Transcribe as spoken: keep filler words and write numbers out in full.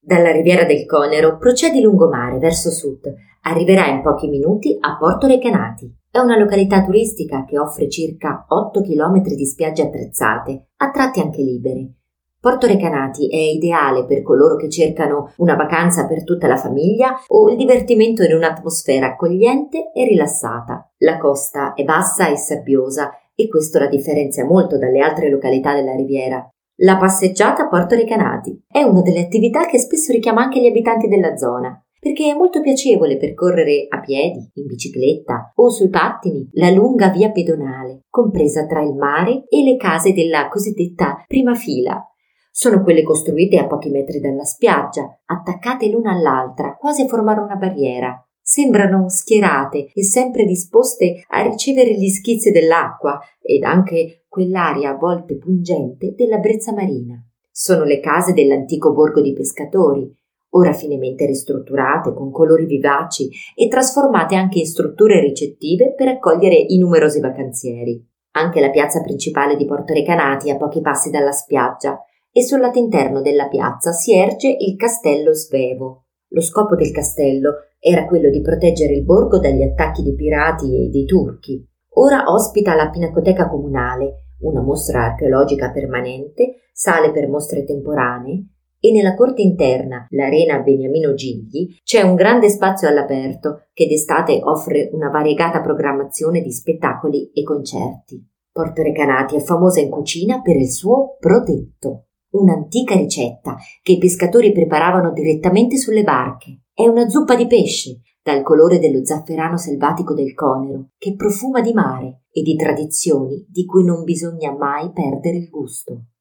Dalla Riviera del Conero procedi lungomare verso sud. Arriverai in pochi minuti a Porto Recanati. È una località turistica che offre circa otto chilometri di spiagge attrezzate, a tratti anche libere. Porto Recanati è ideale per coloro che cercano una vacanza per tutta la famiglia o il divertimento in un'atmosfera accogliente e rilassata. La costa è bassa e sabbiosa e questo la differenzia molto dalle altre località della Riviera. La passeggiata a Porto Recanati è una delle attività che spesso richiama anche gli abitanti della zona, perché è molto piacevole percorrere a piedi, in bicicletta o sui pattini la lunga via pedonale, compresa tra il mare e le case della cosiddetta prima fila. Sono quelle costruite a pochi metri dalla spiaggia, attaccate l'una all'altra, quasi a formare una barriera. Sembrano schierate e sempre disposte a ricevere gli schizzi dell'acqua ed anche quell'aria a volte pungente della brezza marina. Sono le case dell'antico borgo di pescatori, ora finemente ristrutturate con colori vivaci e trasformate anche in strutture ricettive per accogliere i numerosi vacanzieri. Anche la piazza principale di Porto Recanati è a pochi passi dalla spiaggia e sul lato interno della piazza si erge il castello Svevo. Lo scopo del castello era quello di proteggere il borgo dagli attacchi dei pirati e dei turchi. Ora ospita la Pinacoteca Comunale, una mostra archeologica permanente, sale per mostre temporanee e nella corte interna, l'arena Beniamino Gigli, c'è un grande spazio all'aperto che d'estate offre una variegata programmazione di spettacoli e concerti. Porto Recanati è famosa in cucina per il suo prodetto, un'antica ricetta che i pescatori preparavano direttamente sulle barche. È una zuppa di pesce, dal colore dello zafferano selvatico del Conero, che profuma di mare e di tradizioni di cui non bisogna mai perdere il gusto.